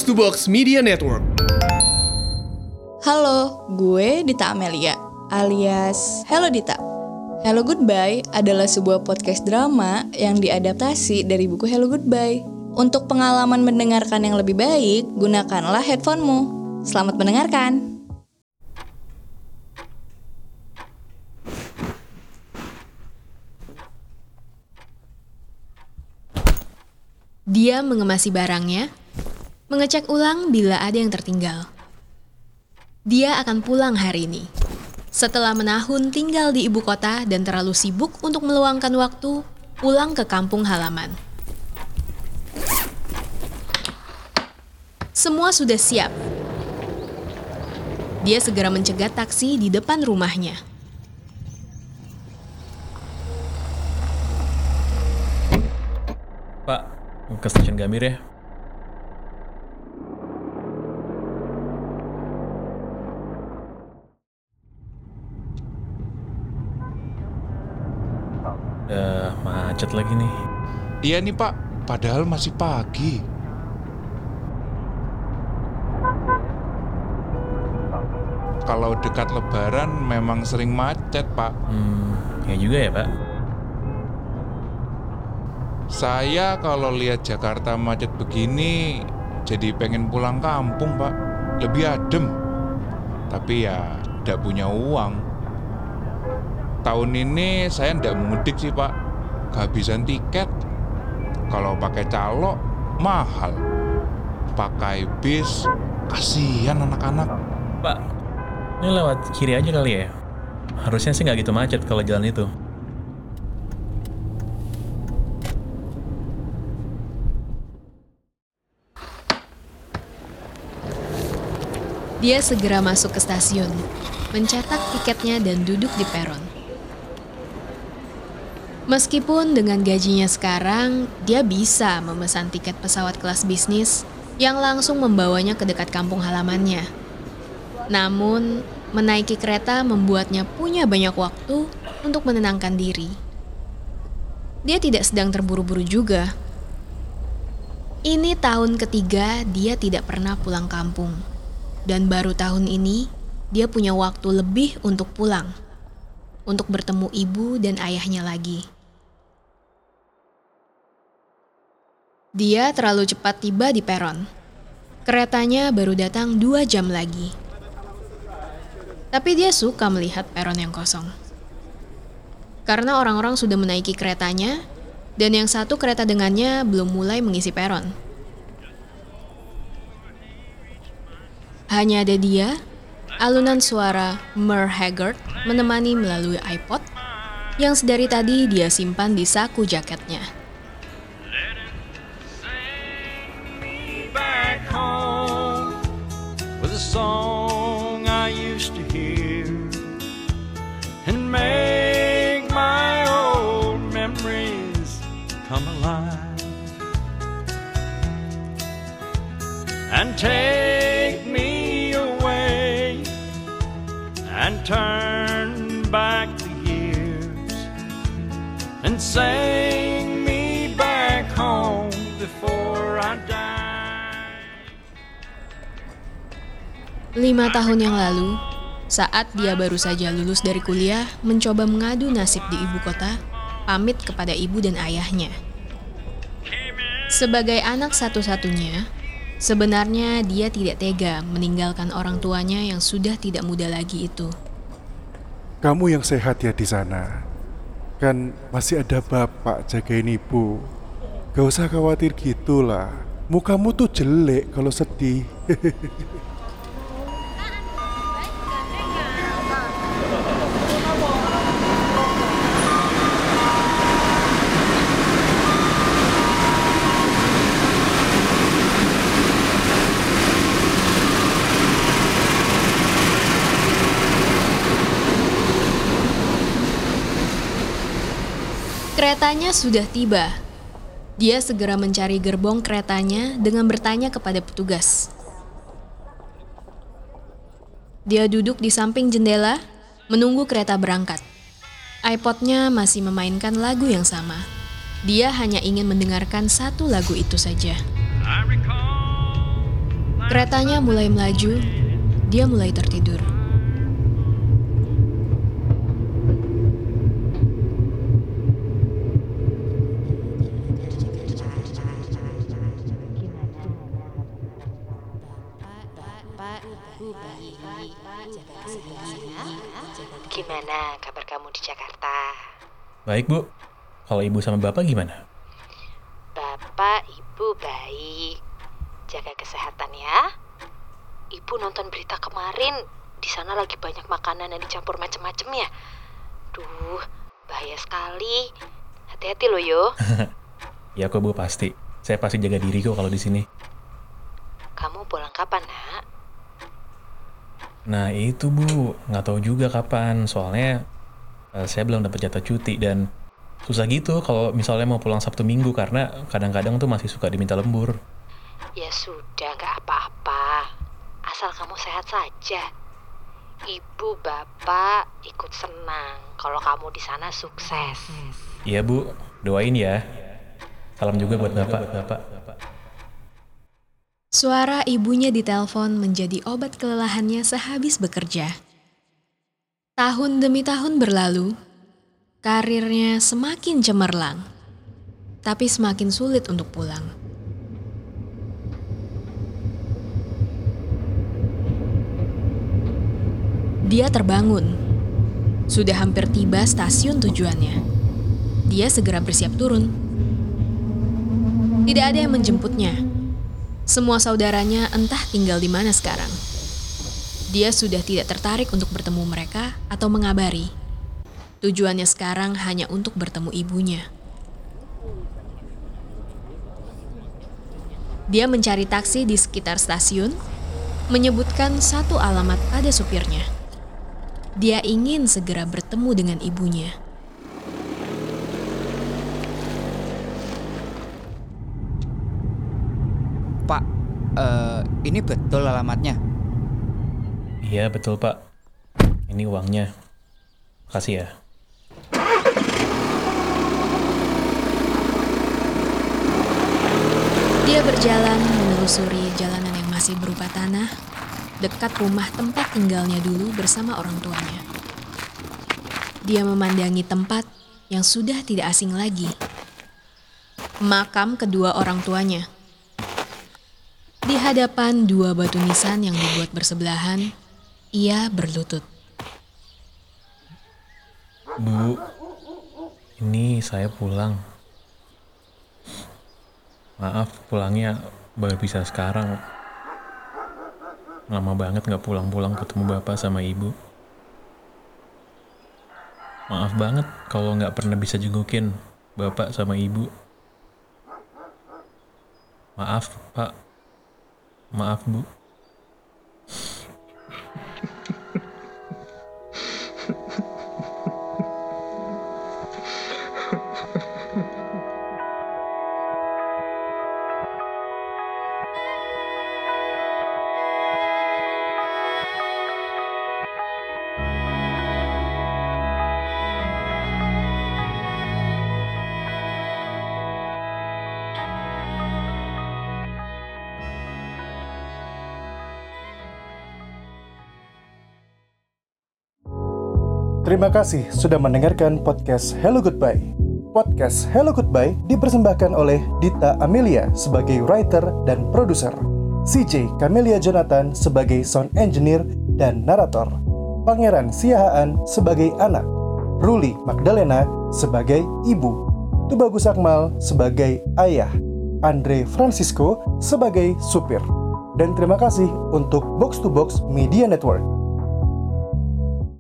Box to Box Media Network. Halo, gue Dita Amelia, alias Hello Dita. Hello Goodbye adalah sebuah podcast drama yang diadaptasi dari buku Hello Goodbye. Untuk pengalaman mendengarkan yang lebih baik, gunakanlah headphone-mu. Selamat mendengarkan. Dia mengemasi barangnya, mengecek ulang bila ada yang tertinggal. Dia akan pulang hari ini. Setelah menahun tinggal di ibu kota dan terlalu sibuk untuk meluangkan waktu, pulang ke kampung halaman. Semua sudah siap. Dia segera mencegat taksi di depan rumahnya. Pak, ke stasiun Gambir ya? Udah macet lagi nih. Iya nih Pak, padahal masih pagi. Kalau dekat Lebaran memang sering macet Pak. Ya juga ya Pak. Saya kalau lihat Jakarta macet begini jadi pengen pulang kampung Pak. Lebih adem. Tapi ya tidak punya uang. Tahun ini saya tidak mudik sih Pak. Kehabisan tiket. Kalau pakai calo mahal. Pakai bis kasihan anak-anak. Pak, ini lewat kiri aja kali ya? Harusnya sih nggak gitu macet kalau jalan itu. Dia segera masuk ke stasiun, mencetak tiketnya dan duduk di peron. Meskipun dengan gajinya sekarang, dia bisa memesan tiket pesawat kelas bisnis yang langsung membawanya ke dekat kampung halamannya. Namun, menaiki kereta membuatnya punya banyak waktu untuk menenangkan diri. Dia tidak sedang terburu-buru juga. Ini tahun ketiga dia tidak pernah pulang kampung. Dan baru tahun ini, dia punya waktu lebih untuk pulang. Untuk bertemu ibu dan ayahnya lagi. Dia terlalu cepat tiba di peron. Keretanya baru datang 2 jam lagi. Tapi dia suka melihat peron yang kosong. Karena orang-orang sudah menaiki keretanya, dan yang satu kereta dengannya belum mulai mengisi peron. Hanya ada dia, alunan suara Merle Haggard menemani melalui iPod yang sedari tadi dia simpan di saku jaketnya. And turn back the years and sing me back home before I die. 5 tahun yang lalu, saat dia baru saja lulus dari kuliah, mencoba mengadu nasib di ibu kota, pamit kepada ibu dan ayahnya. Sebagai anak satu-satunya, sebenarnya dia tidak tega meninggalkan orang tuanya yang sudah tidak muda lagi itu. Kamu yang sehat ya di sana. Kan masih ada bapak jagain ibu. Gak usah khawatir gitulah. Mukamu tuh jelek kalau sedih. Keretanya sudah tiba. Dia segera mencari gerbong keretanya dengan bertanya kepada petugas. Dia duduk di samping jendela, menunggu kereta berangkat. iPod-nya masih memainkan lagu yang sama. Dia hanya ingin mendengarkan satu lagu itu saja. I recall Keretanya mulai melaju, dia mulai tertidur. Gimana kabar kamu di Jakarta? Baik, Bu. Kalau Ibu sama Bapak gimana? Bapak, Ibu baik. Jaga kesehatan ya. Ibu nonton berita kemarin, di sana lagi banyak makanan yang dicampur macem-macem ya. Duh, bahaya sekali. Hati-hati loh yo. Ya kok, Bu, pasti. Saya pasti jaga diri kok kalau di sini. Kamu pulang kapan, Nak? Nah itu, Bu, nggak tahu juga kapan. Soalnya saya belum dapat jatah cuti dan susah gitu kalau misalnya mau pulang Sabtu Minggu karena kadang-kadang tuh masih suka diminta lembur. Ya sudah, gak apa-apa. Asal kamu sehat saja. Ibu, Bapak ikut senang kalau kamu di sana sukses. Iya, Bu, doain ya. Salam juga buat Bapak. Suara ibunya di telepon menjadi obat kelelahannya sehabis bekerja. Tahun demi tahun berlalu, karirnya semakin cemerlang, tapi semakin sulit untuk pulang. Dia terbangun. Sudah hampir tiba stasiun tujuannya. Dia segera bersiap turun. Tidak ada yang menjemputnya. Semua saudaranya entah tinggal di mana sekarang. Dia sudah tidak tertarik untuk bertemu mereka atau mengabari. Tujuannya sekarang hanya untuk bertemu ibunya. Dia mencari taksi di sekitar stasiun, menyebutkan satu alamat pada supirnya. Dia ingin segera bertemu dengan ibunya. Pak, ini betul alamatnya? Iya, betul, Pak. Ini uangnya. Makasih ya. Dia berjalan menelusuri jalanan yang masih berupa tanah, dekat rumah tempat tinggalnya dulu bersama orang tuanya. Dia memandangi tempat yang sudah tidak asing lagi. Makam kedua orang tuanya. Di hadapan dua batu nisan yang dibuat bersebelahan, ia berlutut. Bu, ini saya pulang. Maaf, pulangnya baru bisa sekarang. Lama banget gak pulang-pulang ketemu Bapak sama Ibu. Maaf banget kalau gak pernah bisa jengukin Bapak sama Ibu. Maaf, Pak. Maaf, Bu. Terima kasih sudah mendengarkan podcast Hello Goodbye. Podcast Hello Goodbye dipersembahkan oleh Dita Amelia sebagai writer dan produser, CJ Camelia Jonathan sebagai sound engineer dan narator, Pangeran Siahaan sebagai anak, Ruli Magdalena sebagai ibu, Tubagus Akmal sebagai ayah, Andre Francisco sebagai supir. Dan terima kasih untuk Box to Box Media Network.